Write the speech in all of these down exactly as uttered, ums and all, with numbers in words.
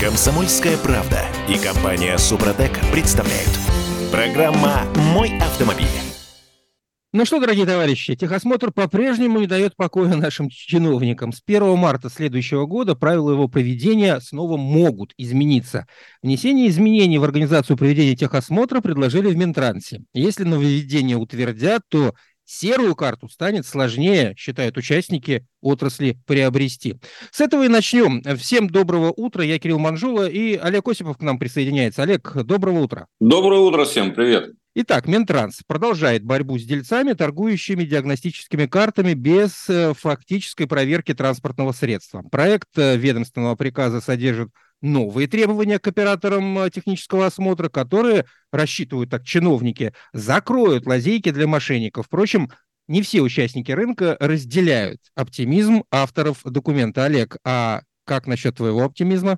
Комсомольская правда и компания «Супротек» представляют. Программа «Мой автомобиль». Ну что, дорогие товарищи, техосмотр по-прежнему не дает покоя нашим чиновникам. С первого марта следующего года правила его проведения снова могут измениться. Внесение изменений в организацию проведения техосмотра предложили в Минтрансе. Если нововведение утвердят, то серую карту станет сложнее, считают участники отрасли, приобрести. С этого и начнем. Всем доброго утра. Я Кирилл Манжула, и Олег Осипов к нам присоединяется. Олег, доброго утра. Доброе утро всем, привет. Итак, Минтранс продолжает борьбу с дельцами, торгующими диагностическими картами без э, фактической проверки транспортного средства. Проект э, ведомственного приказа содержит новые требования к операторам э, технического осмотра, которые, рассчитывают так чиновники, закроют лазейки для мошенников. Впрочем, не все участники рынка разделяют оптимизм авторов документа. Олег, а как насчет твоего оптимизма?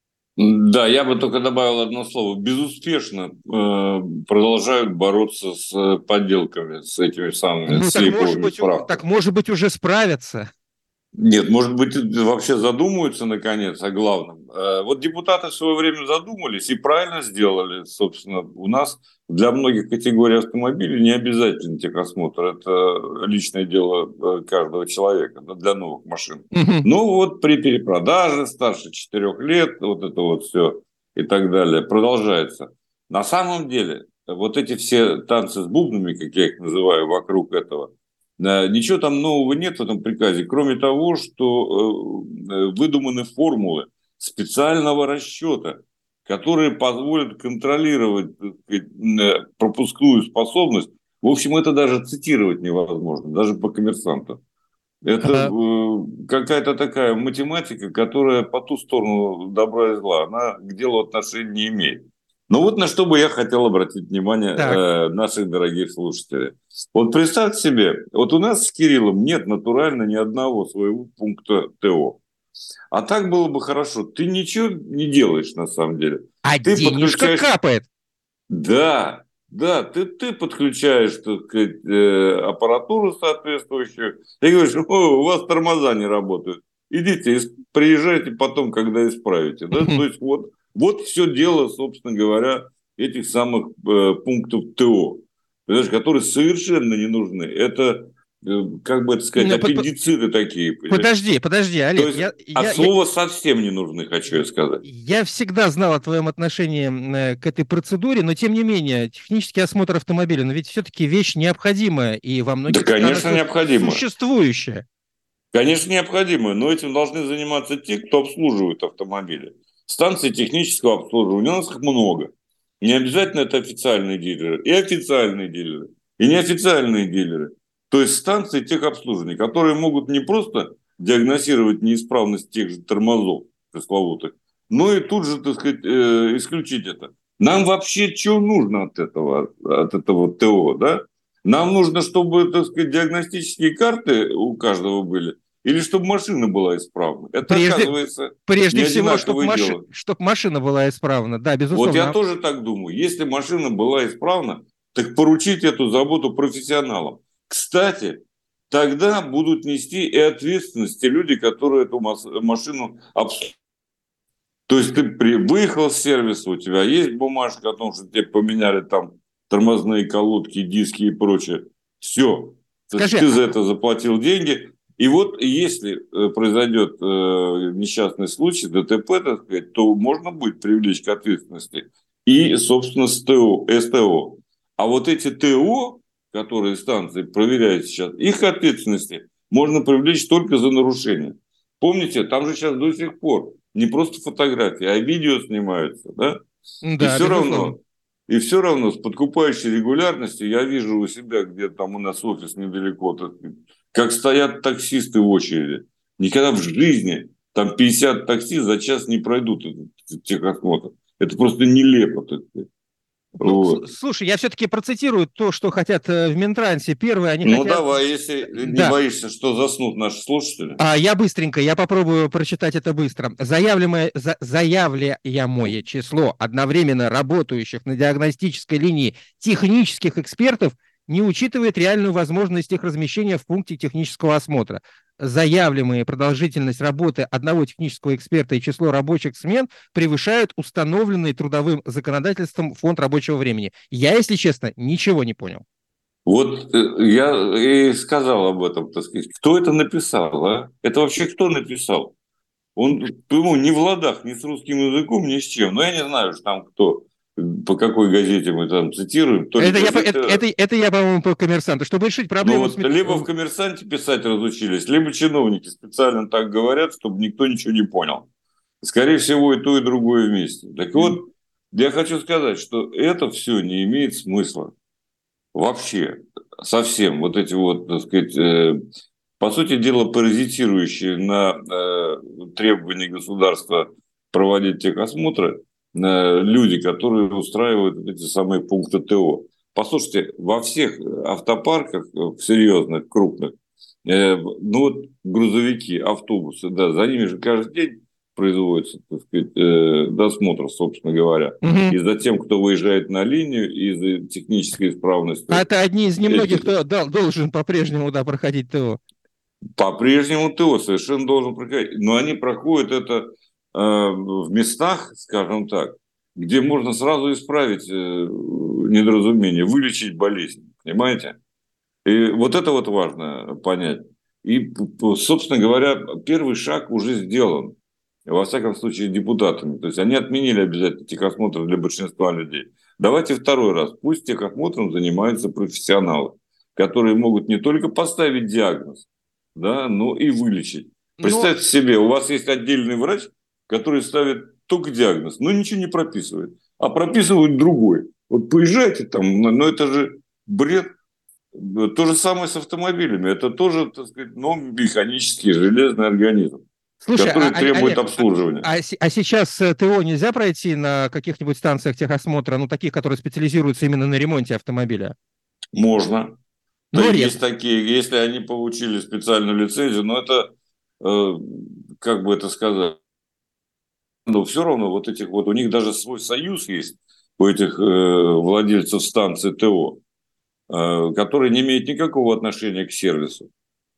Да, я бы только добавил одно слово. Безуспешно э, продолжают бороться с подделками, с этими самыми Ну, так может, быть, справками. так может быть уже справятся. Нет, может быть, вообще задумаются, наконец, о главном. Вот депутаты в свое время задумались и правильно сделали. Собственно, у нас для многих категорий автомобилей не обязательно техосмотр. Это личное дело каждого человека, для новых машин. Угу. Ну вот при перепродаже старше четырех лет, вот это вот все и так далее продолжается. На самом деле, вот эти все танцы с бубнами, как я их называю, вокруг этого, ничего там нового нет в этом приказе, кроме того, что выдуманы формулы специального расчета, которые позволят контролировать, так сказать, пропускную способность. В общем, это даже цитировать невозможно, даже по коммерсанту. Это какая-то такая математика, которая по ту сторону добра и зла, она к делу отношения не имеет. Ну вот на что бы я хотел обратить внимание э, наших дорогих слушателей. Вот представьте себе, вот у нас с Кириллом нет натурально ни одного своего пункта ТО. А так было бы хорошо. Ты ничего не делаешь на самом деле. А ты денежка подключаешь... капает. Да, да, ты, ты подключаешь, так сказать, э, аппаратуру соответствующую и говоришь: о, у вас тормоза не работают. Идите, приезжайте потом, когда исправите. Да? То есть вот. Вот все дело, собственно говоря, этих самых э, пунктов ТО, которые совершенно не нужны. Это, э, как бы это сказать, Но аппендициты под... такие. Понимаешь? Подожди, подожди, Олег. То есть, я, от я, слова я... совсем не нужны, хочу я сказать. Я всегда знал о твоем отношении к этой процедуре, но тем не менее, технический осмотр автомобиля, но ведь все-таки вещь необходимая и во многих да, конечно, необходимая. Существующая. Конечно, необходимая, но этим должны заниматься те, кто обслуживает автомобили. Станции технического обслуживания, у нас их много. Не обязательно это официальные дилеры. И официальные дилеры, и неофициальные дилеры. То есть станции техобслуживания, которые могут не просто диагностировать неисправность тех же тормозов пресловутых, но и тут же, так сказать, э, исключить это. Нам вообще что нужно от этого, от этого ТО, да? Нам нужно, чтобы, так сказать, диагностические карты у каждого были, или чтобы машина была исправна. Это, прежде, оказывается, прежде всего, чтобы маши... чтоб машина была исправна. Да, безусловно. Вот я тоже так думаю. Если машина была исправна, так поручить эту заботу профессионалам. Кстати, тогда будут нести и ответственность те люди, которые эту машину обслуживают. То есть ты при... выехал с сервиса, у тебя есть бумажка о том, что тебе поменяли там тормозные колодки, диски и прочее. Все. Скажи, ты за это заплатил деньги. И вот если произойдет э, несчастный случай, ДТП, так сказать, то можно будет привлечь к ответственности и, собственно, СТО, СТО. А вот эти ТО, которые станции проверяют сейчас, их ответственности можно привлечь только за нарушение. Помните, там же сейчас до сих пор не просто фотографии, а видео снимаются, да? Да, и все равно, и все равно с подкупающей регулярностью я вижу у себя, где там у нас офис недалеко, так сказать, как стоят таксисты в очереди. Никогда в жизни там пятьдесят такси за час не пройдут этот техосмотр. Это просто нелепо. Так сказать. Ну, вот. Слушай, я все-таки процитирую то, что хотят в Минтрансе. Первое, они ну, хотят... Ну, давай, если да. не боишься, что заснут наши слушатели. А, я быстренько, я попробую прочитать это быстро. Заявляемое, за, заявляемое число одновременно работающих на диагностической линии технических экспертов не учитывает реальную возможность их размещения в пункте технического осмотра. Заявленная продолжительность работы одного технического эксперта и число рабочих смен превышают установленный трудовым законодательством фонд рабочего времени. Я, если честно, ничего не понял. Вот э, я и сказал об этом, так сказать. Кто это написал, а? Это вообще кто написал? Он, по-моему, не в ладах ни с русским языком, ни с чем. Но я не знаю, что там кто, по какой газете мы там цитируем. То Это, газета... я, это, это, это я, по-моему, по «Коммерсанту». Чтобы решить проблему... Ну, вот с... либо в «Коммерсанте» писать разучились, либо чиновники специально так говорят, чтобы никто ничего не понял. Скорее всего, и то, и другое вместе. Так вот, я хочу сказать, что это все не имеет смысла. Вообще, совсем. Вот эти вот, так сказать, э, по сути дела, паразитирующие на э, требования государства проводить техосмотры, э, люди, которые устраивают эти самые пункты ТО. Послушайте, во всех автопарках, в серьезных, крупных, э, ну вот грузовики, автобусы, да, за ними же каждый день производится, так сказать, э, досмотр, собственно говоря. Угу. И за тем, кто выезжает на линию, и за технической исправностью. А это одни из немногих, кто да, должен по-прежнему да, проходить ТО. По-прежнему ТО совершенно должен проходить. Но они проходят это э, в местах, скажем так, где можно сразу исправить э, недоразумение, вылечить болезнь. Понимаете? И вот это вот важно понять. И, собственно говоря, первый шаг уже сделан. Во всяком случае, депутатами. То есть они отменили обязательно техосмотр для большинства людей. Давайте второй раз. Пусть техосмотром занимаются профессионалы, которые могут не только поставить диагноз, да, но и вылечить. Представьте но... себе, у вас есть отдельный врач, который ставит только диагноз, но ничего не прописывает. А прописывает другой. Вот поезжайте там, но это же бред. То же самое с автомобилями. Это тоже, так сказать, ну, механический железный организм. Слушай, который а, требует Олег, обслуживания. А, а сейчас ТО нельзя пройти на каких-нибудь станциях техосмотра, ну, таких, которые специализируются именно на ремонте автомобиля? Можно. Но да, редко. Есть такие, если они получили специальную лицензию, но это, э, как бы это сказать, но все равно вот этих вот, у них даже свой союз есть, у этих э, владельцев станций ТО, э, который не имеет никакого отношения к сервису.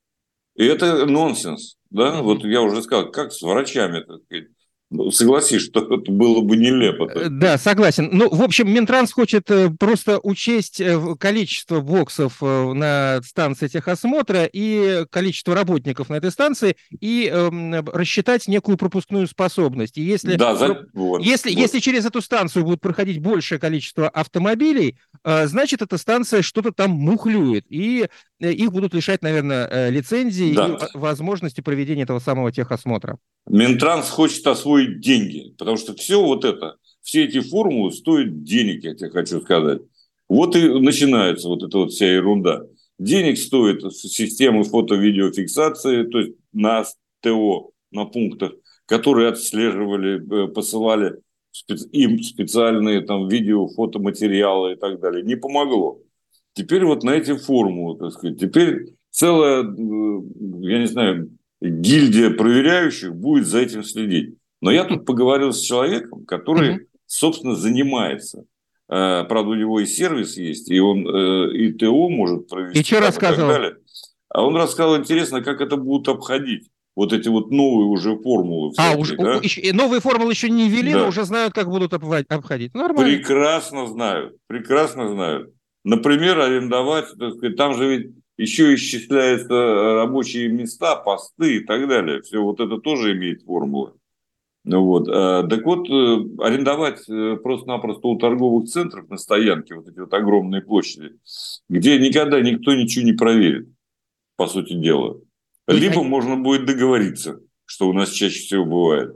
И это нонсенс, да, mm-hmm. Вот я уже сказал, как с врачами, так сказать. Согласись, что это было бы нелепо. Да, согласен. Ну, в общем, Минтранс хочет просто учесть количество боксов на станции техосмотра и количество работников на этой станции и э, рассчитать некую пропускную способность. И если, да, за... вот, если, вот. если через эту станцию будет проходить большее количество автомобилей, э, значит, эта станция что-то там мухлюет. И их будут лишать, наверное, лицензии да. и возможности проведения этого самого техосмотра. Минтранс хочет освоить деньги, потому что все вот это, все эти формулы стоят денег, я тебе хочу сказать. Вот и начинается вот эта вот вся ерунда. Денег стоит системы фото-видеофиксации, то есть на ТО, на пунктах, которые отслеживали, посылали им специальные там видео, фотоматериалы и так далее. Не помогло. Теперь вот на эти формулы, так сказать, теперь целая, я не знаю, гильдия проверяющих будет за этим следить. Но я тут поговорил с человеком, который, mm-hmm. собственно, занимается. Правда, у него и сервис есть, и он и ТО может провести. И что рассказывал? Так далее. А он рассказал, интересно, как это будут обходить. Вот эти вот новые уже формулы. А, всякие, уже, да? еще, новые формулы еще не ввели, да. но уже знают, как будут обходить. Нормально. Прекрасно знают, прекрасно знают. Например, арендовать, так сказать, там же ведь еще исчисляются рабочие места, посты и так далее. Все вот это тоже имеет формулы. Вот. Так вот, арендовать просто-напросто у торговых центров на стоянке вот эти вот огромные площади, где никогда никто ничего не проверит, по сути дела. Либо можно будет договориться, что у нас чаще всего бывает.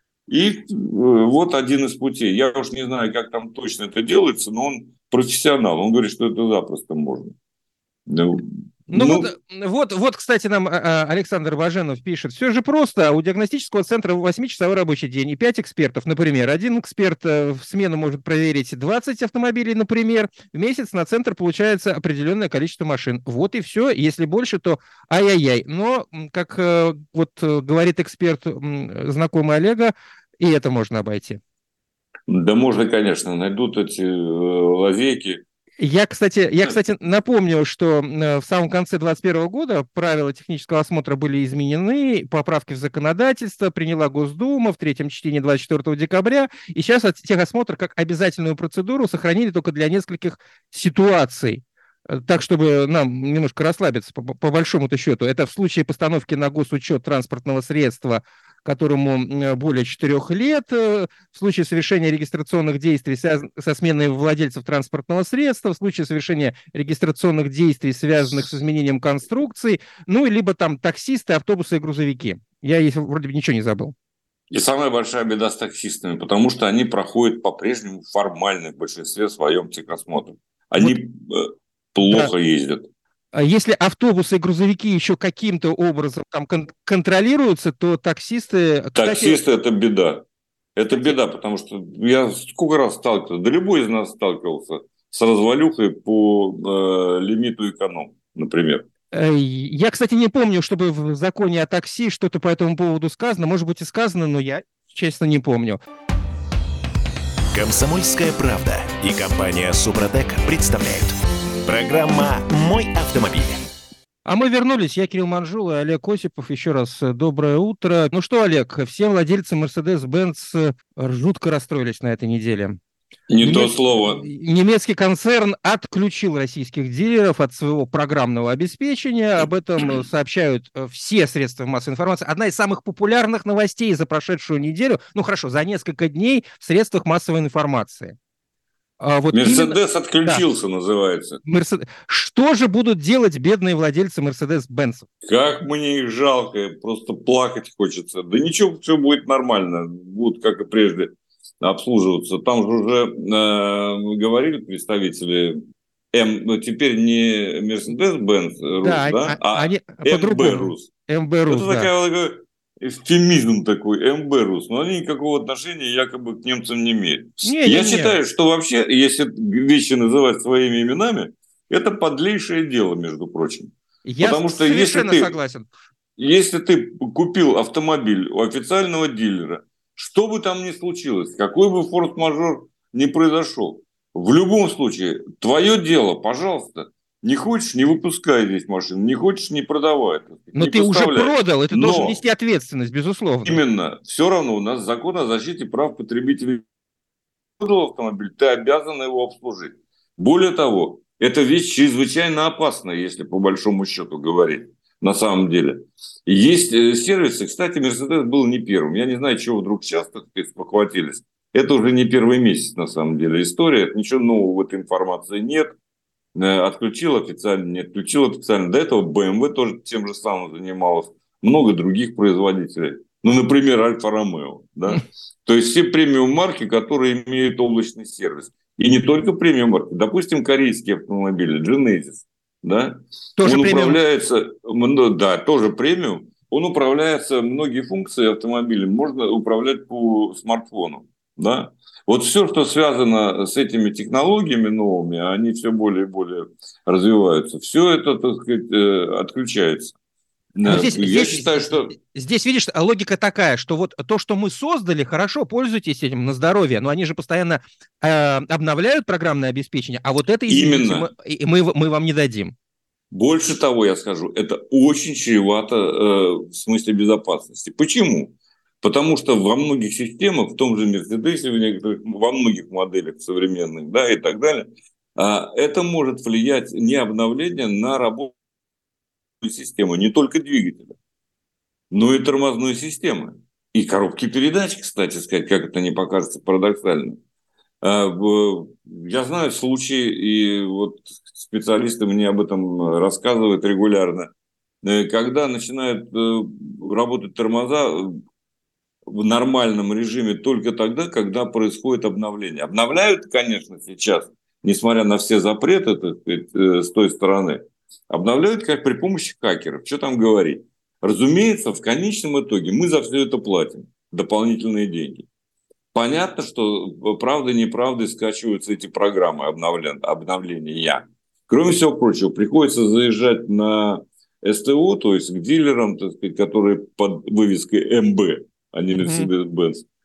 И вот один из путей. Я уж не знаю, как там точно это делается, но он профессионал. Он говорит, что это запросто можно. Ну, ну вот, вот, вот, кстати, нам Александр Баженов пишет. Все же просто. У диагностического центра восьмичасовой рабочий день и пять экспертов, например. Один эксперт в смену может проверить двадцать автомобилей, например. В месяц на центр получается определенное количество машин. Вот и все. Если больше, то ай-яй-яй. Но, как вот говорит эксперт, знакомый Олега, и это можно обойти. Да можно, конечно. Найдут эти лазейки. Я, кстати, я, кстати, напомню, что в самом конце двадцать первого года правила технического осмотра были изменены, поправки в законодательство приняла Госдума в третьем чтении двадцать четвёртого декабря, и сейчас техосмотр как обязательную процедуру сохранили только для нескольких ситуаций. Так, чтобы нам немножко расслабиться, по, по большому-то счету. Это в случае постановки на госучет транспортного средства, которому более четырех лет, в случае совершения регистрационных действий со сменой владельцев транспортного средства, в случае совершения регистрационных действий, связанных с изменением конструкций, ну, либо там таксисты, автобусы и грузовики. Я, если вроде бы, ничего не забыл. И самая большая беда с таксистами, потому что они проходят по-прежнему формально в большинстве своем техосмотр. Они вот, плохо да. ездят. Если автобусы и грузовики еще каким-то образом там кон- контролируются, то таксисты... Кстати... Таксисты – это беда. Это беда, потому что я сколько раз сталкивался, да любой из нас сталкивался с развалюхой по э, лимиту эконом, например. Я, кстати, не помню, чтобы в законе о такси что-то по этому поводу сказано. Может быть и сказано, но я, честно, не помню. «Комсомольская правда» и компания «Супротек» представляют. Программа «Мой автомобиль». А мы вернулись. Я Кирилл Манжула, Олег Осипов. Еще раз доброе утро. Ну что, Олег, все владельцы Mercedes-Benz жутко расстроились на этой неделе. Не Немец... то слово. Немецкий концерн отключил российских дилеров от своего программного обеспечения. Об этом сообщают все средства массовой информации. Одна из самых популярных новостей за прошедшую неделю, ну хорошо, за несколько дней в средствах массовой информации. Вот Мерседес именно... отключился, да. называется. Мерсед... Что же будут делать бедные владельцы Mercedes-Benz? Как мне их жалко, просто плакать хочется. Да ничего, все будет нормально, будут, как и прежде, обслуживаться. Там же уже э, говорили представители, М, теперь не Mercedes-Benz Rus, да, да, а они эм бэ Rus. эм бэ Rus, Это да. такая вот эвфемизм такой, эм бэ Rus, но они никакого отношения якобы к немцам не имеют. Не, Я не, считаю, не. что вообще, если вещи называть своими именами, это подлейшее дело, между прочим. Я Потому что совершенно если ты, согласен. Если ты купил автомобиль у официального дилера, что бы там ни случилось, какой бы форс-мажор ни произошел, в любом случае, твое дело, пожалуйста. Не хочешь, не выпускай здесь машину, не хочешь, не продавай. Но не ты поставляй. уже продал, и ты Но должен нести ответственность, безусловно. Именно. Все равно у нас закон о защите прав потребителей. Продал автомобиль, ты обязан его обслужить. Более того, эта вещь чрезвычайно опасна, если по большому счету говорить. На самом деле. Есть сервисы, кстати, Mercedes был не первым. Я не знаю, чего вдруг сейчас так спохватились. Это уже не первый месяц, на самом деле, история. Ничего нового в этой информации нет. Отключил официально, не отключил официально. До этого бэ эм вэ тоже тем же самым занималась. Много других производителей. Ну, например, Альфа-Ромео. Да? То есть все премиум-марки, которые имеют облачный сервис. И не только премиум-марки. Допустим, корейские автомобили, Genesis. Да? Тоже Он премиум. управляется, да, тоже премиум. Он управляется, многие функции автомобиля можно управлять по смартфону. Да? Вот все, что связано с этими технологиями новыми, они все более и более развиваются. Все это, так сказать, отключается. Но здесь, Я здесь, считаю, что... Здесь, видишь, логика такая, что вот то, что мы создали, хорошо, пользуйтесь этим на здоровье, но они же постоянно э, обновляют программное обеспечение, а вот это, извините, мы, и мы, мы вам не дадим. Больше того, я скажу, это очень чревато э, в смысле безопасности. Почему? Потому что во многих системах, в том же Мерседесе, во многих моделях современных, да, и так далее, э, это может влиять не обновление на работу системы, не только двигателя, но и тормозной системы. И коробки передач, кстати сказать, как это не покажется парадоксально. Я знаю случаи, и вот специалисты мне об этом рассказывают регулярно, когда начинают работать тормоза в нормальном режиме только тогда, когда происходит обновление. Обновляют, конечно, сейчас, несмотря на все запреты, так сказать, с той стороны, обновляют как при помощи хакеров. Что там говорить? Разумеется, в конечном итоге мы за все это платим дополнительные деньги. Понятно, что правдой-неправдой скачиваются эти программы обновлен... обновления. Кроме всего прочего, приходится заезжать на эс тэ о, то есть к дилерам, так сказать, которые под вывеской эм бэ, а не Mercedes-Benz.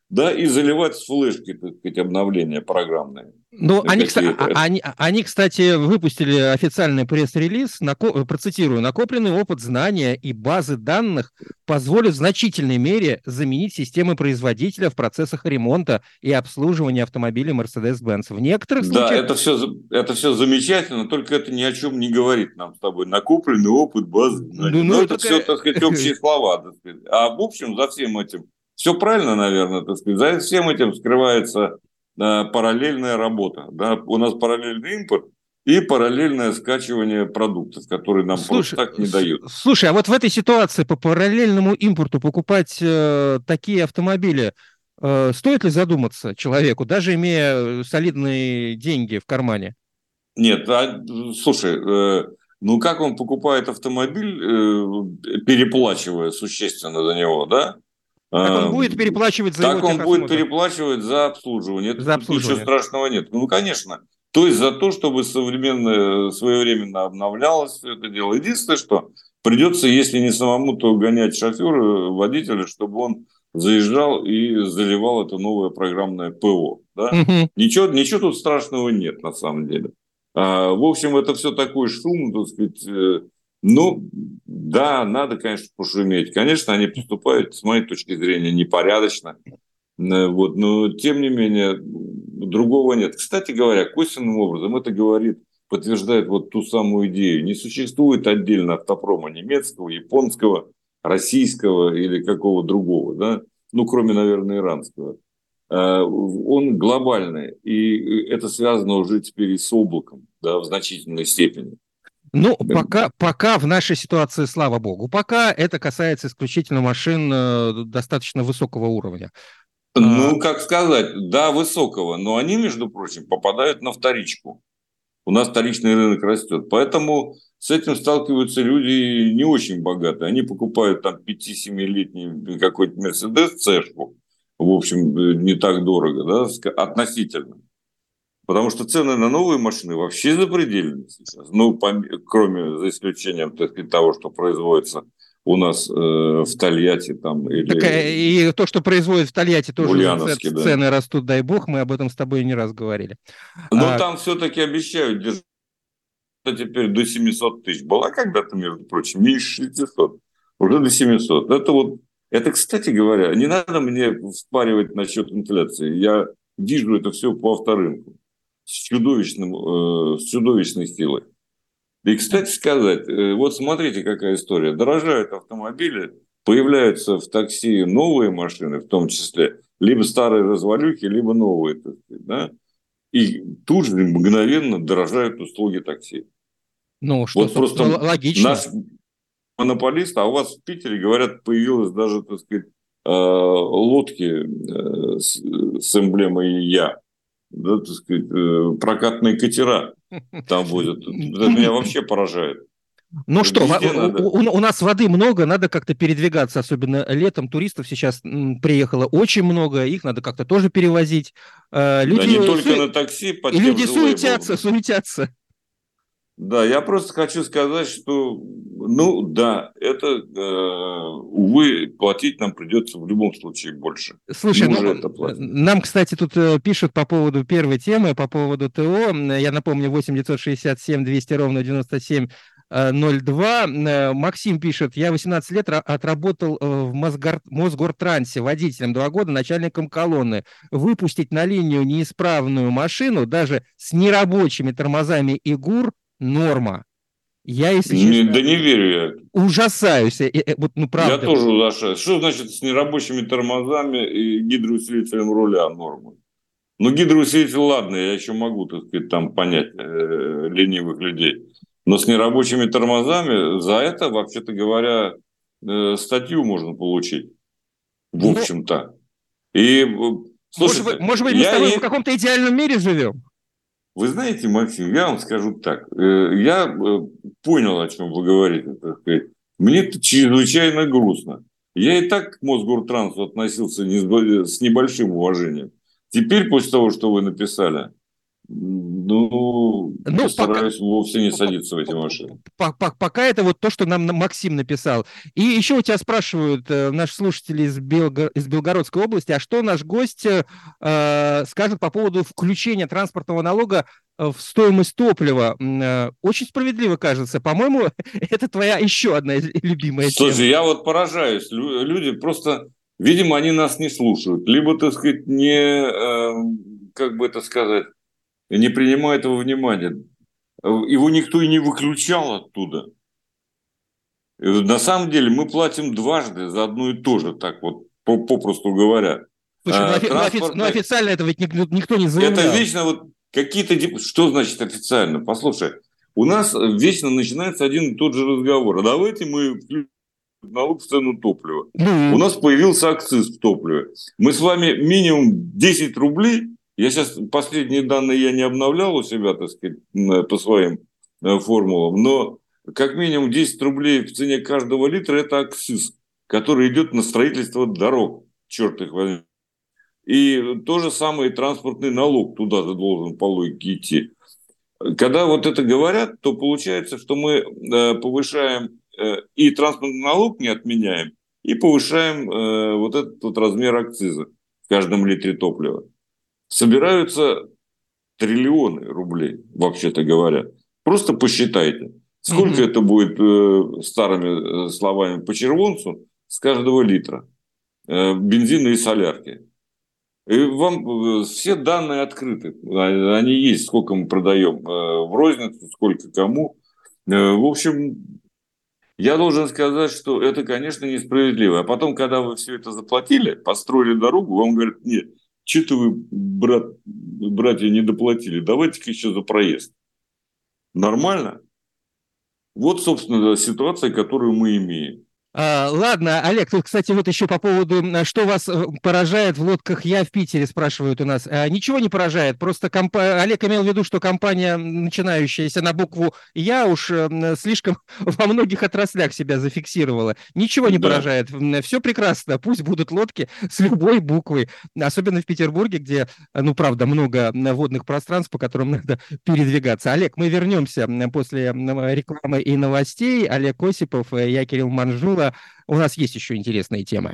да, и заливать с флешки, так сказать, обновления программные. Ну, они, они, они, кстати, выпустили официальный пресс-релиз, нако... процитирую, накопленный опыт, знания и базы данных позволят в значительной мере заменить системы производителя в процессах ремонта и обслуживания автомобилей Mercedes-Benz. В некоторых да, случаях... это все, это все замечательно, только это ни о чем не говорит нам с тобой. Накопленный опыт, базы знаний. Ну, ну, это, это все, так сказать, общие слова. Так сказать. А в общем, за всем этим, все правильно, наверное, так сказать, за всем этим скрывается э, параллельная работа. Да? У нас параллельный импорт и параллельное скачивание продуктов, которые нам слушай, просто так не дают. Слушай, а вот в этой ситуации по параллельному импорту покупать э, такие автомобили, э, стоит ли задуматься человеку, даже имея солидные деньги в кармане? Нет, а, слушай, э, ну как он покупает автомобиль, э, переплачивая существенно за него, да? Так он будет переплачивать за так его он будет переплачивать за обслуживание. За обслуживание. Ничего страшного нет. Ну, конечно. То есть за то, чтобы современно, своевременно обновлялось все это дело. Единственное, что придется, если не самому, то гонять шофера, водителя, чтобы он заезжал и заливал это новое программное ПО. Да? Угу. Ничего, ничего тут страшного нет, на самом деле. А, в общем, это все такой шум, так сказать. Ну, да, надо, конечно, пошуметь. Конечно, они поступают, с моей точки зрения, непорядочно. Вот, но, тем не менее, другого нет. Кстати говоря, косвенным образом это говорит, подтверждает вот ту самую идею. Не существует отдельно автопрома немецкого, японского, российского или какого другого, да? Ну, кроме, наверное, иранского. Он глобальный, и это связано уже теперь и с облаком, да, в значительной степени. Ну, пока, пока в нашей ситуации, слава богу, пока это касается исключительно машин э, достаточно высокого уровня. Ну, как сказать, да, высокого, но они, между прочим, попадают на вторичку. У нас вторичный рынок растет, поэтому с этим сталкиваются люди не очень богатые. Они покупают там пяти-семилетний какой-то Мерседес Цешку, в общем, не так дорого, да, относительно. Потому что цены на новые машины вообще запредельные сейчас. Ну, кроме, за исключением, так сказать, того, что производится у нас э, в Тольятти. Там, или... Так, и то, что производят в Тольятти, тоже цены, цены да. растут, дай бог. Мы об этом с тобой не раз говорили. Но а... там все-таки обещают держать теперь до семисот тысяч. Была когда-то, между прочим, меньше шестисот. Уже до семисот. Это вот, это, кстати говоря, не надо мне вспаривать насчет инфляции. Я вижу это все по авторынку. С, чудовищным, э, с чудовищной силой. И, кстати сказать, э, вот смотрите, какая история. Дорожают автомобили, появляются в такси новые машины, в том числе, либо старые развалюхи, либо новые, так сказать, да? И тут же мгновенно дорожают услуги такси. Ну, что, вот просто логично. Наш монополист, а у вас в Питере, говорят, появилась даже, так сказать, э, лодки э, с, с эмблемой «Я». Да, так сказать, прокатные катера там возят. Это меня вообще поражает. Ну что, надо... у, у, у нас воды много, надо как-то передвигаться, особенно летом. Туристов сейчас приехало очень много, их надо как-то тоже перевозить. Люди... Да не только су... на такси. Под И люди суетятся, был. суетятся. Да, я просто хочу сказать, что, ну да, это, э, увы, платить нам придется в любом случае больше. Слушай, ну, это нам, кстати, тут пишут по поводу первой темы, по поводу ТО. Я напомню, восемь девятьсот шестьдесят семь двести ровно девяносто семь ноль два. Максим пишет, я восемнадцать лет отработал в Мосгор... Мосгортрансе водителем, два года начальником колонны. Выпустить на линию неисправную машину, даже с нерабочими тормозами и ГУР, норма. Я, если не, честно, да не верю я. Ужасаюсь. Вот, ну, правда. Я тоже ужасаюсь. Что значит с нерабочими тормозами и гидроусилителем руля норма? Ну, гидроусилитель, ладно, я еще могу, так сказать, там понять э, ленивых людей. Но с нерабочими тормозами за это, вообще-то говоря, э, статью можно получить. В ну, общем-то. И, слушайте, может, может быть, мы с тобой и... в каком-то идеальном мире живем? Вы знаете, Максим, я вам скажу так. Я понял, о чем вы говорите. Так сказать. Мне это чрезвычайно грустно. Я и так к Мосгортрансу относился с небольшим уважением. Теперь, после того, что вы написали, Ну, Ну, постараюсь пока, вовсе не по- садиться в эти по- машины. по- по- пока это вот то, что нам на- Максим написал. И еще у тебя спрашивают э, наши слушатели из, Белго- из Белгородской области, а что наш гость э, э, скажет по поводу включения транспортного налога э, в стоимость топлива? М, э, Очень справедливо кажется. По-моему, это твоя еще одна из- любимая тема. Слушай, я вот поражаюсь. Лю- Люди просто, видимо, они нас не слушают. Либо, так сказать, не, э, как бы это сказать, не принимают его внимания. Его никто и не выключал оттуда. И на самом деле мы платим дважды за одно и то же, так вот, по- попросту говоря. Слушай, ну, Э, офи- ну, офи- ну, Транспортный, официально это ведь ник- никто не это заявлял. вечно вот какие-то... деп- Что значит официально? Послушай, у нас вечно начинается один и тот же разговор. А давайте мы включим налог в цену топлива. Ну, У нас появился акциз в топливе. Мы с вами минимум десять рублей, я сейчас последние данные я не обновлял у себя, так сказать, по своим э, формулам, но как минимум десять рублей в цене каждого литра – это акциз, который идет на строительство дорог, черт их возьми. И то же самое и транспортный налог туда же должен по логике идти. Когда вот это говорят, то получается, что мы э, повышаем э, и транспортный налог не отменяем, и повышаем э, вот этот вот размер акциза в каждом литре топлива. Собираются триллионы рублей, вообще-то говоря. Просто посчитайте, сколько мгм. это будет э, старыми э, словами по червонцу с каждого литра э, бензина и солярки. И вам э, все данные открыты. А- Они есть, сколько мы продаем э, в розницу, сколько кому. Э, В общем, я должен сказать, что это, конечно, несправедливо. А потом, когда вы все это заплатили, построили дорогу, вам говорят: нет, что-то вы, брат, братья, не доплатили, давайте-ка еще за проезд. Нормально? Вот, собственно, ситуация, которую мы имеем. А, ладно, Олег, тут, кстати, вот еще по поводу, м, что вас э, поражает в лодках «Я» в Питере, спрашивают у нас. А, ничего не поражает, просто компа- Олег имел в виду, что компания, м, начинающаяся на букву «Я», уж э, м, слишком во многих отраслях себя зафиксировала. Ничего не Да. поражает, все прекрасно, пусть будут лодки с любой буквой, особенно в Петербурге, где, э, ну, правда, много м, водных пространств, по которым надо передвигаться. Олег, мы вернемся м, после м, рекламы и новостей. Олег Осипов, э, я Кирилл Манжула. У нас есть еще интересные темы.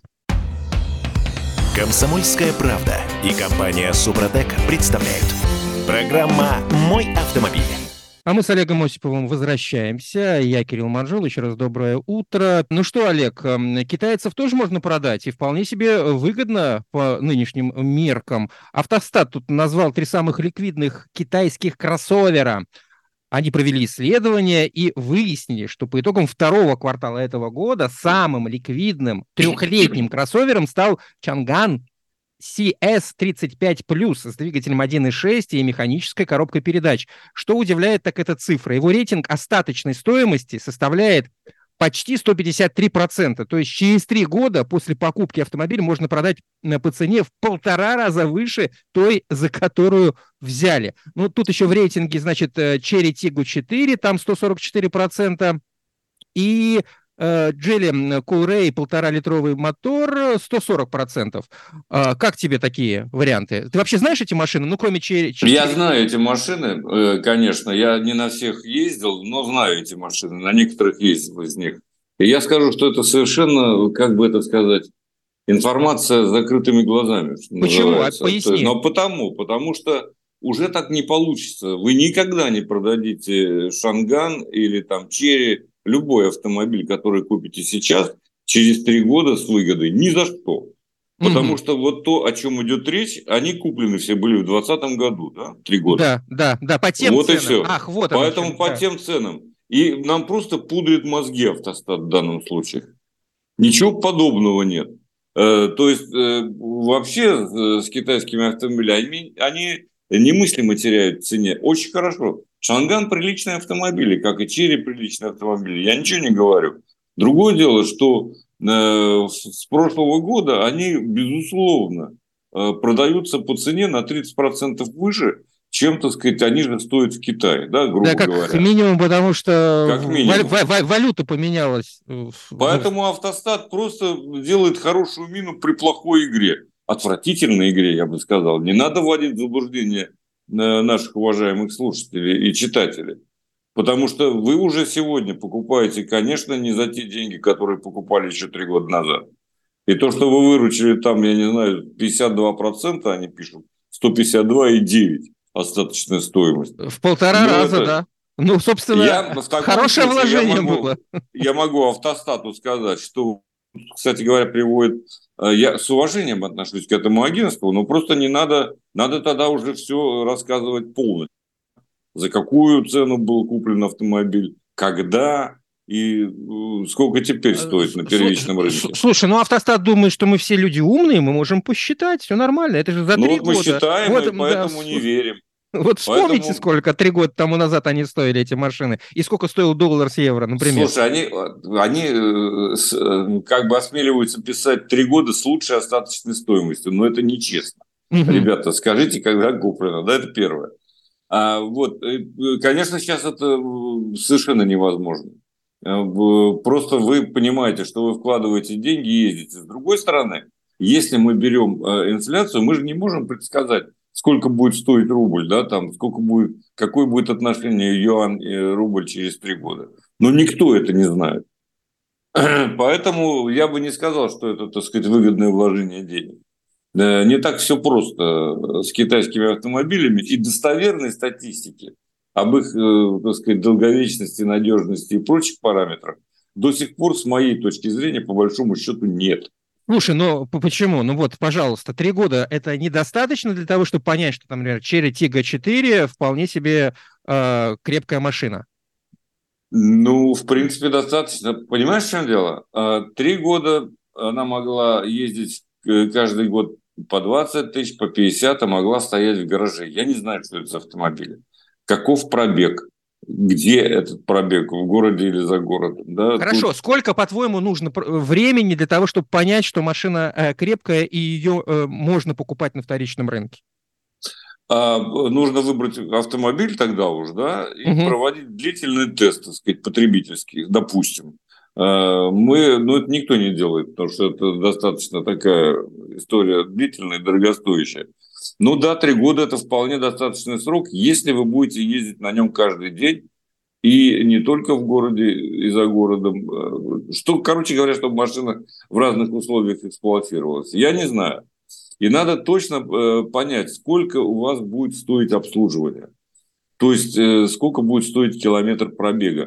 «Комсомольская правда» и компания «Супротек» представляют. Программа «Мой автомобиль». А мы с Олегом Осиповым возвращаемся. Я Кирилл Манжул. Еще раз доброе утро. Ну что, Олег, эм, китайцев тоже можно продать, и вполне себе выгодно по нынешним меркам. Автостат тут назвал три самых ликвидных китайских кроссовера. Они провели исследование и выяснили, что по итогам второго квартала этого года самым ликвидным трехлетним кроссовером стал Чанган си эс тридцать пять плюс с двигателем один и шесть и механической коробкой передач. Что удивляет, так это цифра. Его рейтинг остаточной стоимости составляет почти сто пятьдесят три процента. То есть через три года после покупки автомобиля можно продать на- по цене в полтора раза выше той, за которую взяли. Ну, тут еще в рейтинге, значит, э, Cherry Tiggo четыре, там сто сорок четыре процента, и э, Geely Coolray полтора-литровый мотор э, сто сорок процентов. А, как тебе такие варианты? Ты вообще знаешь эти машины? Ну, кроме Cherry... Я Cherry- знаю эти машины, э, конечно. Я не на всех ездил, но знаю эти машины. На некоторых ездил из них. И я скажу, что это совершенно, как бы это сказать, информация с закрытыми глазами, что Почему? А, называется. То есть, поясни. но потому, потому что уже так не получится. Вы никогда не продадите Шанган или там Черри, любой автомобиль, который купите сейчас, через три года с выгодой. Ни за что. Потому Мгм. что вот то, о чем идет речь, они куплены все были в двадцатом году, да, три года. Да, да, да, по тем Вот и ценам. все. Ах, вот оно в Поэтому чем. по Да. тем ценам. И нам просто пудрит мозги автостат в данном случае. Ничего подобного нет. Э, То есть э, вообще э, с китайскими автомобилями они немыслимо теряют в цене. Очень хорошо. Шанган приличные автомобили, как и Черри приличные автомобили. Я ничего не говорю. Другое дело, что э, с прошлого года они, безусловно, э, продаются по цене на тридцать процентов выше, чем, так сказать, они же стоят в Китае, да, грубо Да, как говоря. минимум, потому что Как ва- минимум. ва- ва- валюта поменялась. э, в- ну, Поэтому автостат просто делает хорошую мину при плохой игре. Отвратительной игре, я бы сказал. Не надо вводить в заблуждение наших уважаемых слушателей и читателей. Потому что вы уже сегодня покупаете, конечно, не за те деньги, которые покупали еще три года назад. И то, что вы выручили там, я не знаю, пятьдесят два процента, они пишут, сто пятьдесят два и девять остаточная стоимость. В полтора Но раза, это... да. Ну, собственно, я, в таком хорошее смысле, вложение я могу, было. Я могу автостату сказать, что, кстати говоря, приводит... Я с уважением отношусь к этому агентству, но просто не надо... Надо тогда уже все рассказывать полностью. За какую цену был куплен автомобиль, когда и сколько теперь стоит на первичном рынке. Слушай, ну автостат думает, что мы все люди умные, мы можем посчитать, все нормально. Это же за ну три вот мы года. считаем, Вот, и поэтому да, не верим. вот вспомните, Поэтому... сколько три года тому назад они стоили, эти машины, и сколько стоил доллар с евро, например. Слушай, они, они как бы осмеливаются писать три года с лучшей остаточной стоимостью, но это нечестно. Угу. Ребята, скажите, когда куплено, да, это первое. А вот, конечно, сейчас это совершенно невозможно. Просто вы понимаете, что вы вкладываете деньги и ездите. С другой стороны, если мы берем инфляцию, мы же не можем предсказать, сколько будет стоить рубль, да, там, сколько будет, какое будет отношение юань и рубль через три года. Но никто это не знает. Поэтому я бы не сказал, что это, так сказать, выгодное вложение денег. Не так все просто с китайскими автомобилями, и достоверной статистики об их, так сказать, долговечности, надежности и прочих параметрах до сих пор, с моей точки зрения, по большому счету, нет. Слушай, ну почему? Ну вот, пожалуйста, три года – это недостаточно для того, чтобы понять, что там, например, Chery Tiggo четыре вполне себе э, крепкая машина? Ну, в принципе, достаточно. Понимаешь, в чем дело? Три года она могла ездить каждый год по двадцать тысяч, по пятьдесят, а могла стоять в гараже. Я не знаю, что это за автомобили. Каков пробег? Где этот пробег? В городе или за городом? Да, Хорошо. тут... Сколько, по-твоему, нужно времени для того, чтобы понять, что машина крепкая и ее можно покупать на вторичном рынке? А, нужно выбрать автомобиль тогда уже, да, и угу. проводить длительный тест, так сказать, потребительский, допустим. Мы, ну, это никто не делает, потому что это достаточно такая история длительная и дорогостоящая. Ну да, три года – это вполне достаточный срок, если вы будете ездить на нем каждый день, и не только в городе и за городом. Что, короче говоря, чтобы машина в разных условиях эксплуатировалась. Я не знаю. И надо точно э, понять, сколько у вас будет стоить обслуживание. То есть, э, сколько будет стоить километр пробега.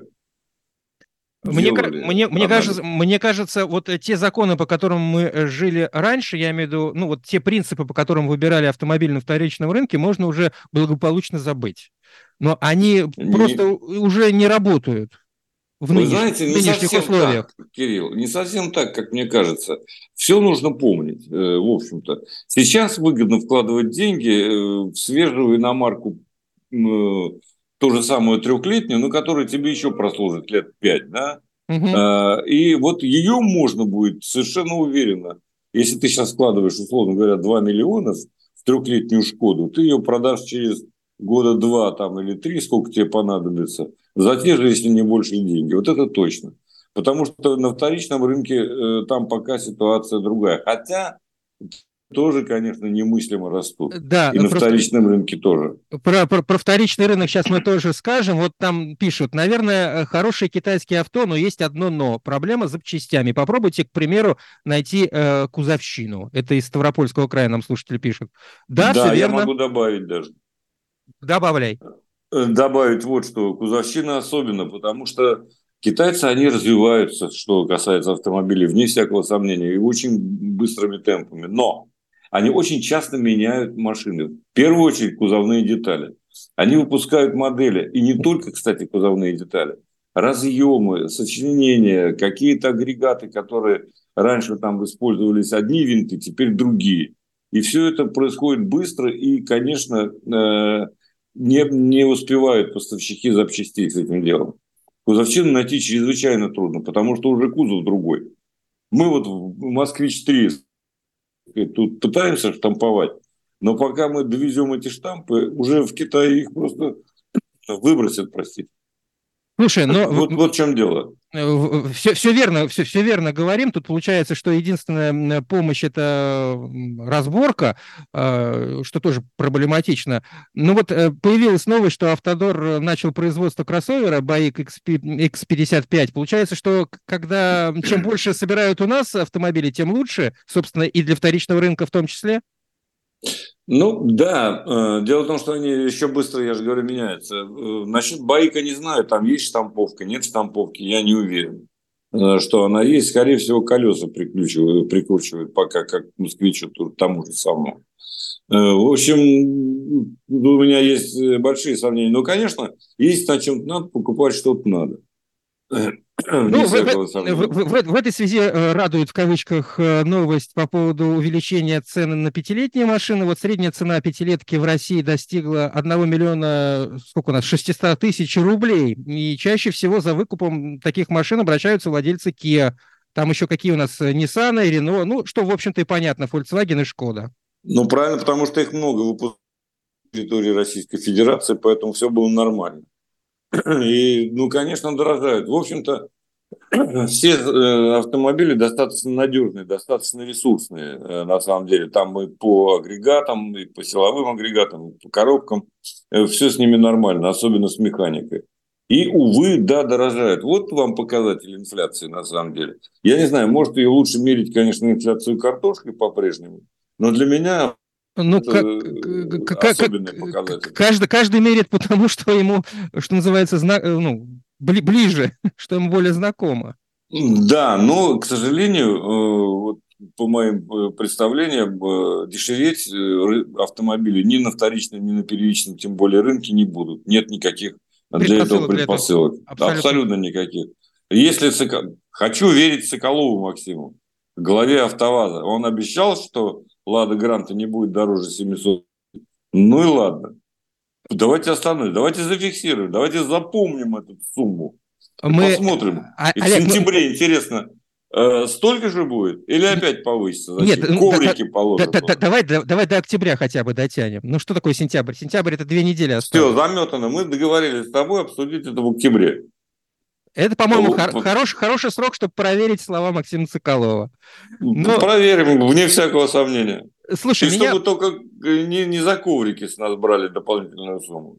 Мне, мне, мне, кажется, мне кажется, вот те законы, по которым мы жили раньше, я имею в виду, ну вот те принципы, по которым выбирали автомобиль на вторичном рынке, можно уже благополучно забыть. Но они не... просто уже не работают в Вы нынешних, знаете, не нынешних совсем условиях. Так, Кирилл, не совсем так, как мне кажется. Все нужно помнить, э, в общем-то. Сейчас выгодно вкладывать деньги э, в свежую иномарку, э, ту же самую трехлетнюю, но которая тебе еще прослужит лет пять, да? Угу. А, и вот ее можно будет совершенно уверенно, если ты сейчас вкладываешь, условно говоря, два миллиона в трехлетнюю Шкоду, ты ее продашь через года два там, или три, сколько тебе понадобится, за те же, если не больше деньги. Вот это точно. Потому что на вторичном рынке э, там пока ситуация другая. Хотя тоже, конечно, немыслимо растут. Да, и на вторичном рынке тоже. Про, про, про вторичный рынок сейчас мы тоже скажем. Вот там пишут, наверное, хорошие китайские авто, но есть одно но. Проблема с запчастями. Попробуйте, к примеру, найти э, кузовщину. Это из Ставропольского края нам слушатель пишет. Да, да, все я верно. могу добавить даже. Добавляй. Добавить вот что. Кузовщина особенно, потому что китайцы, они развиваются, что касается автомобилей, вне всякого сомнения, и очень быстрыми темпами. Но они очень часто меняют машины. В первую очередь кузовные детали. Они выпускают модели, и не только, кстати, кузовные детали. Разъемы, сочленения, какие-то агрегаты, которые раньше там использовались одни винты, теперь другие. И все это происходит быстро, и, конечно, не, не успевают поставщики запчастей с этим делом. Кузовщину найти чрезвычайно трудно, потому что уже кузов другой. Мы вот в «Москвич три» тут пытаемся штамповать, но пока мы довезем эти штампы, уже в Китае их просто выбросят, простите. Слушай, но... Вот, вот в чем дело. Все, все верно, все, все верно говорим. Тут получается, что единственная помощь – это разборка, что тоже проблематично. Ну вот появилась новость, что Автодор начал производство кроссовера Баик икс пятьдесят пять. Получается, что когда чем больше собирают у нас автомобилей, тем лучше, собственно, и для вторичного рынка в том числе. Ну, да. Дело в том, что они еще быстро, я же говорю, меняются. Насчет Баика не знаю, там есть штамповка, нет штамповки, я не уверен, что она есть. Скорее всего, колеса прикручивают, прикручивают пока как москвичу, тому же самому. В общем, у меня есть большие сомнения. Но, конечно, если на чем-то надо, покупать что-то надо. Ну, в, в, в, в, в этой связи радует в кавычках новость по поводу увеличения цены на пятилетние машины. Вот средняя цена пятилетки в России достигла одного миллиона, сколько у нас, шестьсот тысяч рублей. И чаще всего за выкупом таких машин обращаются владельцы Kia. Там еще какие у нас Nissan, Renault, ну, что, в общем-то, и понятно, Volkswagen и Skoda. Ну, правильно, потому что их много выпускают на территории Российской Федерации, поэтому все было нормально. И, ну, конечно, дорожают. В общем-то, все автомобили достаточно надежные, достаточно ресурсные, на самом деле. Там и по агрегатам, и по силовым агрегатам, и по коробкам. Все с ними нормально, особенно с механикой. И, увы, да, дорожают. Вот вам показатель инфляции, на самом деле. Я не знаю, может, ее лучше мерить, конечно, инфляцию картошкой по-прежнему, но для меня... Ну, как, как, как, каждый, каждый мерит потому, что ему, что называется, зна, ну, бли, ближе, что ему более знакомо. Да, но, к сожалению, вот, по моим представлениям, дешеветь автомобили ни на вторичном, ни на первичном, тем более рынке не будут. Нет никаких для этого предпосылок. Для этого. Абсолютно. Абсолютно никаких. Если Сокол... Хочу верить Соколову Максиму, главе АвтоВАЗа. Он обещал, что Лада Гранта не будет дороже семисот. Ну и ладно. Давайте остановим, давайте зафиксируем, давайте запомним эту сумму. Мы... Посмотрим. А, и Олег, в сентябре, мы... интересно, э, столько же будет? Или опять повысится? Нет, коврики да, положат. Да, да, давай, да, давай до октября хотя бы дотянем. Ну что такое сентябрь? Сентябрь – это две недели осталось. Все, заметано. Мы договорились с тобой обсудить это в октябре. Это, по-моему, ну, хор- хороший, хороший срок, чтобы проверить слова Максима Соколова. Но... Проверим, вне всякого сомнения. Слушай, И меня... чтобы только не, не за коврики с нас брали дополнительную сумму.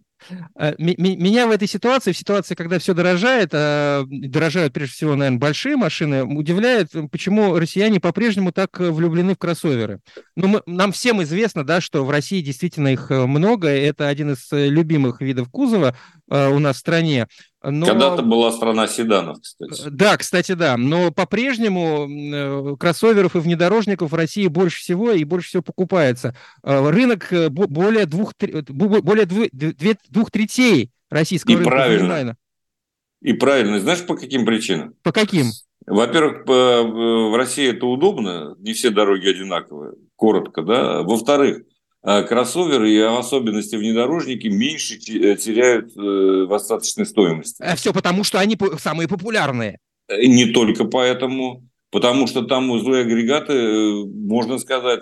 Меня в этой ситуации, в ситуации, когда все дорожает, дорожают прежде всего, наверное, большие машины, удивляет, почему россияне по-прежнему так влюблены в кроссоверы. Ну, мы, нам всем известно, да, что в России действительно их много, это один из любимых видов кузова у нас в стране. Но... Когда-то была страна седанов, кстати. Да, кстати, да. Но по-прежнему кроссоверов и внедорожников в России больше всего и больше всего покупается. Рынок более двух, более двух, двух третей российского и рынка. Правильно. И правильно. Знаешь, по каким причинам? По каким? Во-первых, в России это удобно, не все дороги одинаковые, коротко, да. Во-вторых, кроссоверы и в особенности внедорожники меньше теряют в остаточной стоимости. А все потому, что они самые популярные. Не только поэтому, потому что там узлы агрегаты, можно сказать,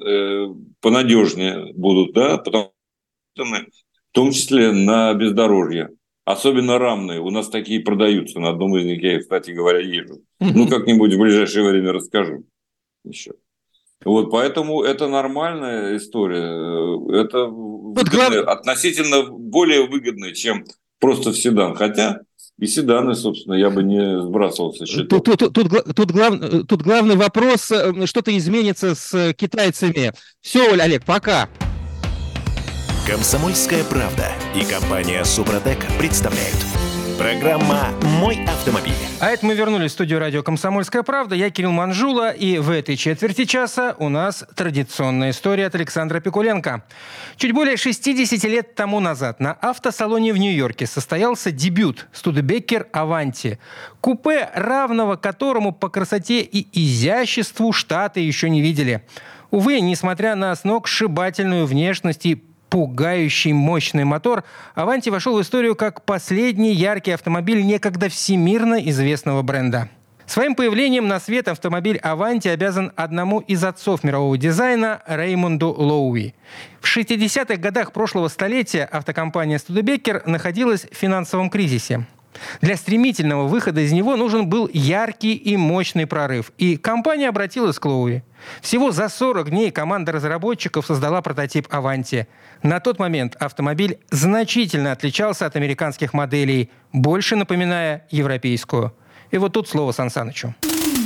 понадежнее будут, да, потому что в том числе на бездорожье. Особенно рамные. У нас такие продаются. На одном из них я, кстати говоря, езжу. Ну, как-нибудь в ближайшее время расскажу еще. Вот, поэтому это нормальная история. Это выгодная, глав... относительно более выгодная, чем просто седан. Хотя и седаны, собственно, я бы не сбрасывал со счетов. Тут, тут, тут, тут, глав... тут главный вопрос, что-то изменится с китайцами. Все, Олег, пока. «Комсомольская правда» и компания «Супротек» представляют. Программа «Мой автомобиль». А это мы вернулись в студию радио «Комсомольская правда». Я Кирилл Манжула, и в этой четверти часа у нас традиционная история от Александра Пикуленко. Чуть более шестьдесят лет тому назад на автосалоне в Нью-Йорке состоялся дебют Studebaker Avanti. Купе, равного которому по красоте и изяществу Штаты еще не видели. Увы, несмотря на сногсшибательную внешность и пугающий мощный мотор, Avanti вошел в историю как последний яркий автомобиль некогда всемирно известного бренда. Своим появлением на свет автомобиль Avanti обязан одному из отцов мирового дизайна Реймонду Лоуи. В шестидесятых годах прошлого столетия автокомпания Studebaker находилась в финансовом кризисе. Для стремительного выхода из него нужен был яркий и мощный прорыв. И компания обратилась к Лоуи. Всего за сорок дней команда разработчиков создала прототип «Аванти». На тот момент автомобиль значительно отличался от американских моделей, больше напоминая европейскую. И вот тут слово Сан Санычу.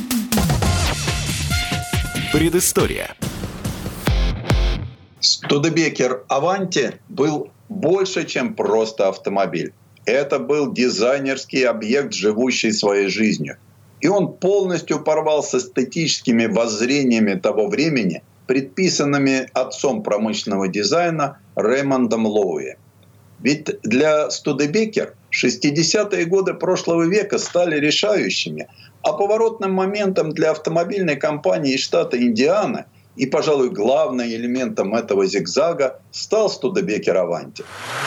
Предыстория. Студебекер «Аванти» был больше, чем просто автомобиль. Это был дизайнерский объект, живущий своей жизнью. И он полностью порвал с эстетическими воззрениями того времени, предписанными отцом промышленного дизайна Рэймондом Лоуи. Ведь для Студебекер шестидесятые годы прошлого века стали решающими, а поворотным моментом для автомобильной компании штата Индиана и, пожалуй, главным элементом этого зигзага стал Студебекер «Аванти».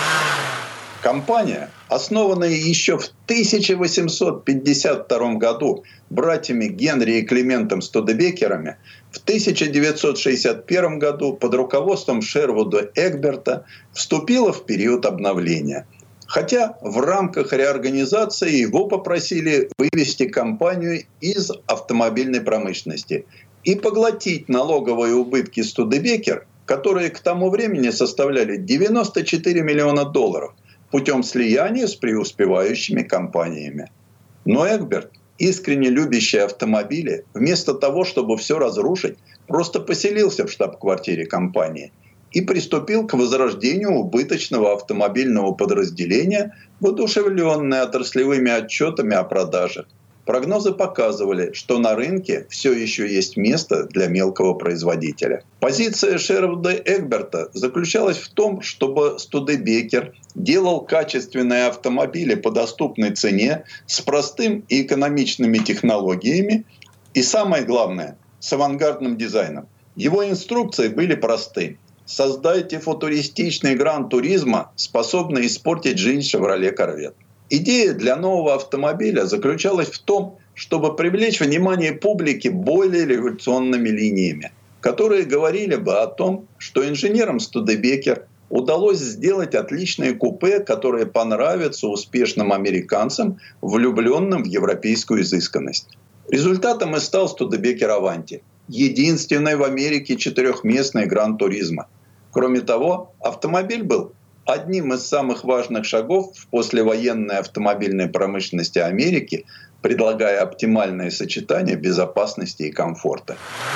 Компания, основанная еще в тысяча восемьсот пятьдесят втором году братьями Генри и Климентом Студебекерами, в тысяча девятьсот шестьдесят первом году под руководством Шервуда Эгберта вступила в период обновления. Хотя в рамках реорганизации его попросили вывести компанию из автомобильной промышленности и поглотить налоговые убытки Студебекер, которые к тому времени составляли девяносто четыре миллиона долларов, путем слияния с преуспевающими компаниями. Но Эгберт, искренне любящий автомобили, вместо того, чтобы все разрушить, просто поселился в штаб-квартире компании и приступил к возрождению убыточного автомобильного подразделения, воодушевленное отраслевыми отчетами о продажах. Прогнозы показывали, что на рынке все еще есть место для мелкого производителя. Позиция Шервуда Эгберта заключалась в том, чтобы Студебекер делал качественные автомобили по доступной цене, с простым и экономичными технологиями и, самое главное, с авангардным дизайном. Его инструкции были просты. Создайте футуристичный гран-туризмо, способный испортить жизнь Chevrolet Corvette. Идея для нового автомобиля заключалась в том, чтобы привлечь внимание публики более революционными линиями, которые говорили бы о том, что инженерам Студебекер удалось сделать отличные купе, которые понравятся успешным американцам, влюбленным в европейскую изысканность. Результатом и стал Студебекер «Аванти», единственный в Америке четырехместный гран-туризмо. Кроме того, автомобиль был одним из самых важных шагов в послевоенной автомобильной промышленности Америки, предлагая оптимальное сочетание безопасности и комфорта.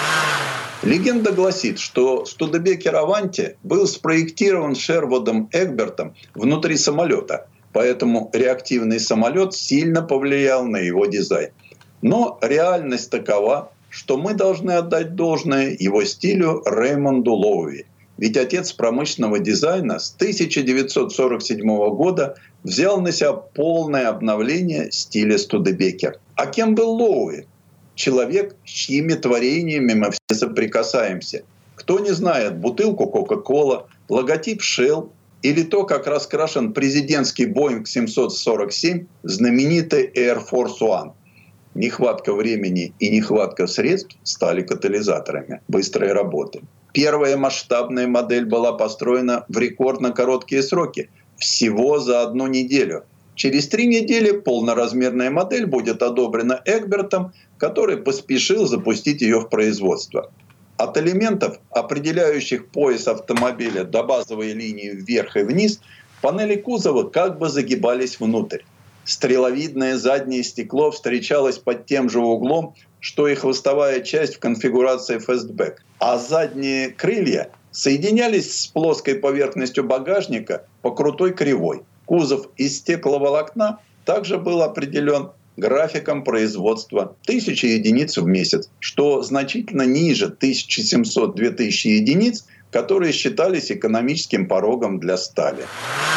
Легенда гласит, что Студебекер «Аванти» был спроектирован Шервудом Эгбертом внутри самолета, поэтому реактивный самолет сильно повлиял на его дизайн. Но реальность такова, что мы должны отдать должное его стилю Рэймонду Лоуи. Ведь отец промышленного дизайна с тысяча девятьсот сорок седьмого года взял на себя полное обновление стиля Студебекер. А кем был Лоуи? Человек, с чьими творениями мы все соприкасаемся. Кто не знает бутылку Кока-Кола, логотип Shell или то, как раскрашен президентский Боинг семьсот сорок семь, знаменитый Air Force One. Нехватка времени и нехватка средств стали катализаторами быстрой работы. Первая масштабная модель была построена в рекордно короткие сроки, всего за одну неделю. Через три недели полноразмерная модель будет одобрена Эгбертом, который поспешил запустить ее в производство. От элементов, определяющих пояс автомобиля до базовой линии вверх и вниз, панели кузова как бы загибались внутрь. Стреловидное заднее стекло встречалось под тем же углом, что и хвостовая часть в конфигурации фастбэк. А задние крылья соединялись с плоской поверхностью багажника по крутой кривой. Кузов из стекловолокна также был определен графиком производства тысяча единиц в месяц, что значительно ниже тысяча семьсот - две тысячи единиц, которые считались экономическим порогом для стали.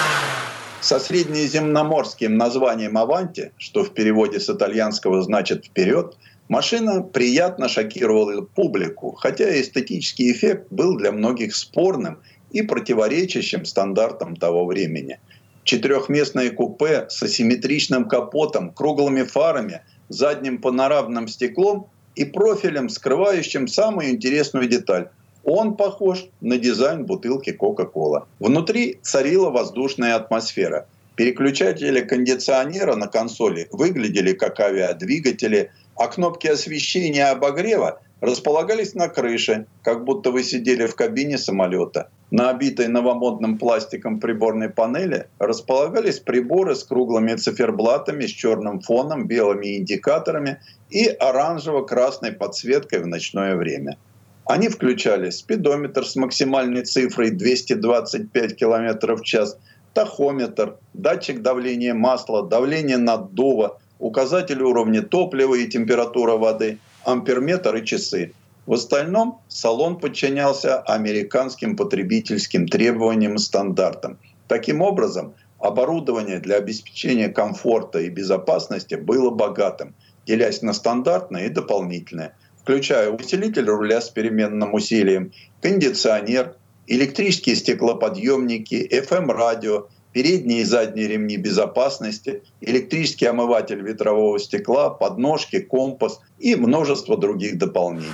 Со среднеземноморским названием «Аванти», что в переводе с итальянского значит «вперед», машина приятно шокировала публику, хотя эстетический эффект был для многих спорным и противоречащим стандартам того времени. Четырехместное купе с асимметричным капотом, круглыми фарами, задним панорамным стеклом и профилем, скрывающим самую интересную деталь. Он похож на дизайн бутылки Кока-Кола. Внутри царила воздушная атмосфера. Переключатели кондиционера на консоли выглядели как авиадвигатели, а кнопки освещения и обогрева располагались на крыше, как будто вы сидели в кабине самолета. На обитой новомодным пластиком приборной панели располагались приборы с круглыми циферблатами, с черным фоном, белыми индикаторами и оранжево-красной подсветкой в ночное время. Они включали спидометр с максимальной цифрой двести двадцать пять километров в час, тахометр, датчик давления масла, давление наддува, указатель уровня топлива и температура воды, амперметр и часы. В остальном салон подчинялся американским потребительским требованиям и стандартам. Таким образом, оборудование для обеспечения комфорта и безопасности было богатым, делясь на стандартное и дополнительное, включая усилитель руля с переменным усилием, кондиционер, электрические стеклоподъемники, эф эм-радио, передние и задние ремни безопасности, электрический омыватель ветрового стекла, подножки, компас и множество других дополнений.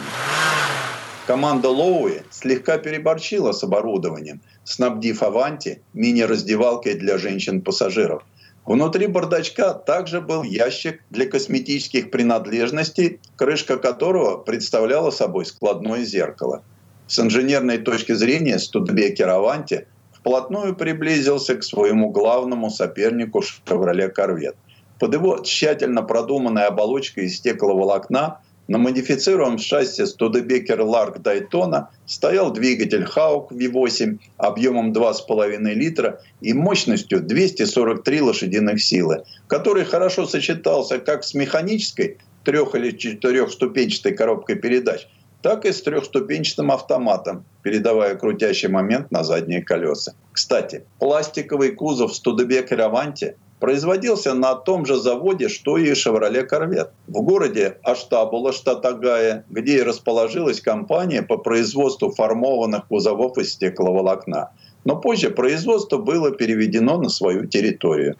Команда Лоуи слегка переборчила с оборудованием, снабдив Аванти мини-раздевалкой для женщин-пассажиров. Внутри бардачка также был ящик для косметических принадлежностей, крышка которого представляла собой складное зеркало. С инженерной точки зрения Студебекер Аванти вплотную приблизился к своему главному сопернику Chevrolet Corvette. Под его тщательно продуманной оболочкой из стекловолокна на модифицированном шасси Studebaker Lark Daytona стоял двигатель Hawk ви восемь объемом два с половиной литра и мощностью двести сорок три лошадиных силы, который хорошо сочетался как с механической трех- или четырехступенчатой коробкой передач, так и с трехступенчатым автоматом, передавая крутящий момент на задние колеса. Кстати, пластиковый кузов Studebaker Avanti производился на том же заводе, что и Chevrolet Corvette. В городе Аштабула, штат Огайо, где и расположилась компания по производству формованных кузовов из стекловолокна. Но позже производство было переведено на свою территорию.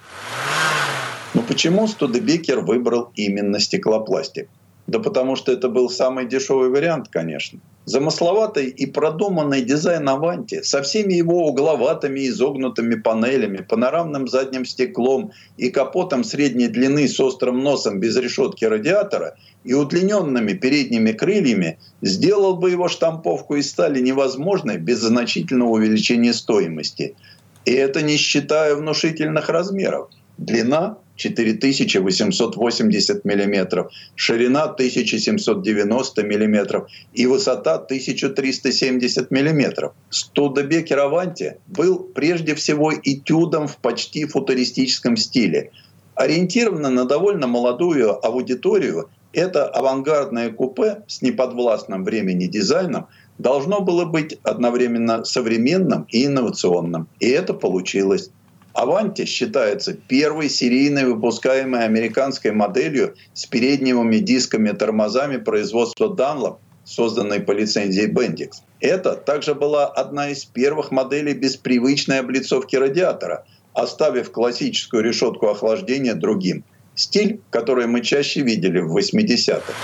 Но почему Студебекер выбрал именно стеклопластик? Да потому что это был самый дешевый вариант, конечно. Замысловатый и продуманный дизайн Аванти со всеми его угловатыми изогнутыми панелями, панорамным задним стеклом и капотом средней длины с острым носом без решетки радиатора и удлиненными передними крыльями сделал бы его штамповку из стали невозможной без значительного увеличения стоимости. И это не считая внушительных размеров. Длина четыре тысячи восемьсот восемьдесят миллиметров, ширина тысяча семьсот девяносто миллиметров и высота тысяча триста семьдесят миллиметров. Студебекер Аванти был прежде всего этюдом в почти футуристическом стиле. Ориентировано на довольно молодую аудиторию, это авангардное купе с неподвластным времени дизайном должно было быть одновременно современным и инновационным. И это получилось. Аванти считается первой серийной выпускаемой американской моделью с передними дисками-тормозами производства Dunlop, созданной по лицензии Bendix. Это также была одна из первых моделей без привычной облицовки радиатора, оставив классическую решетку охлаждения другим. Стиль, который мы чаще видели в восьмидесятых.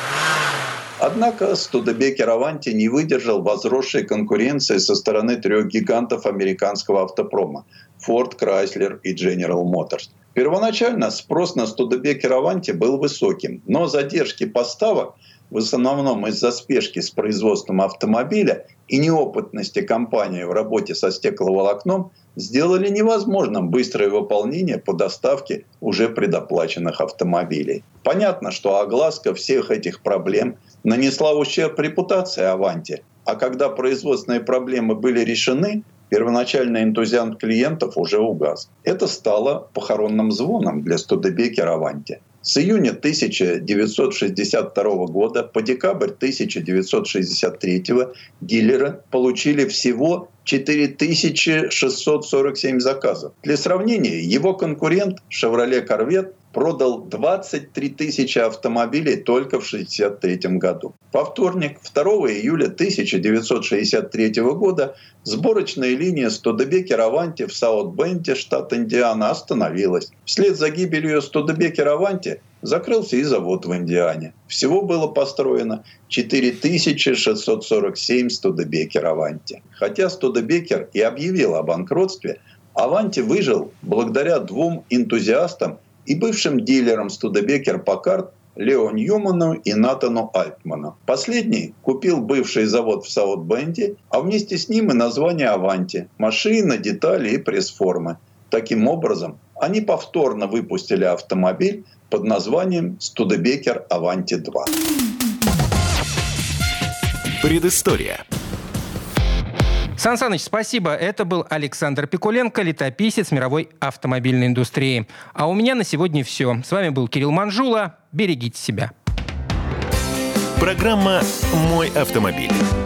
Однако Студебекер Аванти не выдержал возросшей конкуренции со стороны трех гигантов американского автопрома – Ford, Chrysler и General Motors. Первоначально спрос на Студебекер Аванти был высоким, но задержки поставок, в основном из-за спешки с производством автомобиля и неопытности компании в работе со стекловолокном, сделали невозможным быстрое выполнение по доставке уже предоплаченных автомобилей. Понятно, что огласка всех этих проблем нанесла ущерб репутации Аванти, а когда производственные проблемы были решены, первоначальный энтузиазм клиентов уже угас. Это стало похоронным звоном для Студебекер Аванти. С июня тысяча девятьсот шестьдесят второго года по декабрь тысяча девятьсот шестьдесят третьего дилеры получили всего четыре тысячи шестьсот сорок семь заказов. Для сравнения, его конкурент Chevrolet Corvette продал двадцать три тысячи автомобилей только в шестьдесят третьем году. Во вторник, второго июля тысяча девятьсот шестьдесят третьего года, сборочная линия Студебекер Аванти в Саут-Бенде, штат Индиана, остановилась. Вслед за гибелью Студебекер Аванти закрылся и завод в Индиане. Всего было построено четыре тысячи шестьсот сорок семь Студебекер Аванти. Хотя Студебекер и объявил о банкротстве, Аванти выжил благодаря двум энтузиастам и бывшим дилерам Studebaker Packard Лео Ньюману и Натану Альтману. Последний купил бывший завод в Саут-Бенде, а вместе с ним и название «Аванти» — машины, детали и пресс-формы. Таким образом, они повторно выпустили автомобиль под названием Studebaker Avanti два. Предыстория. Сан Саныч, спасибо. Это был Александр Пикуленко, летописец мировой автомобильной индустрии. А у меня на сегодня все. С вами был Кирилл Манжула. Берегите себя. Программа «Мой автомобиль».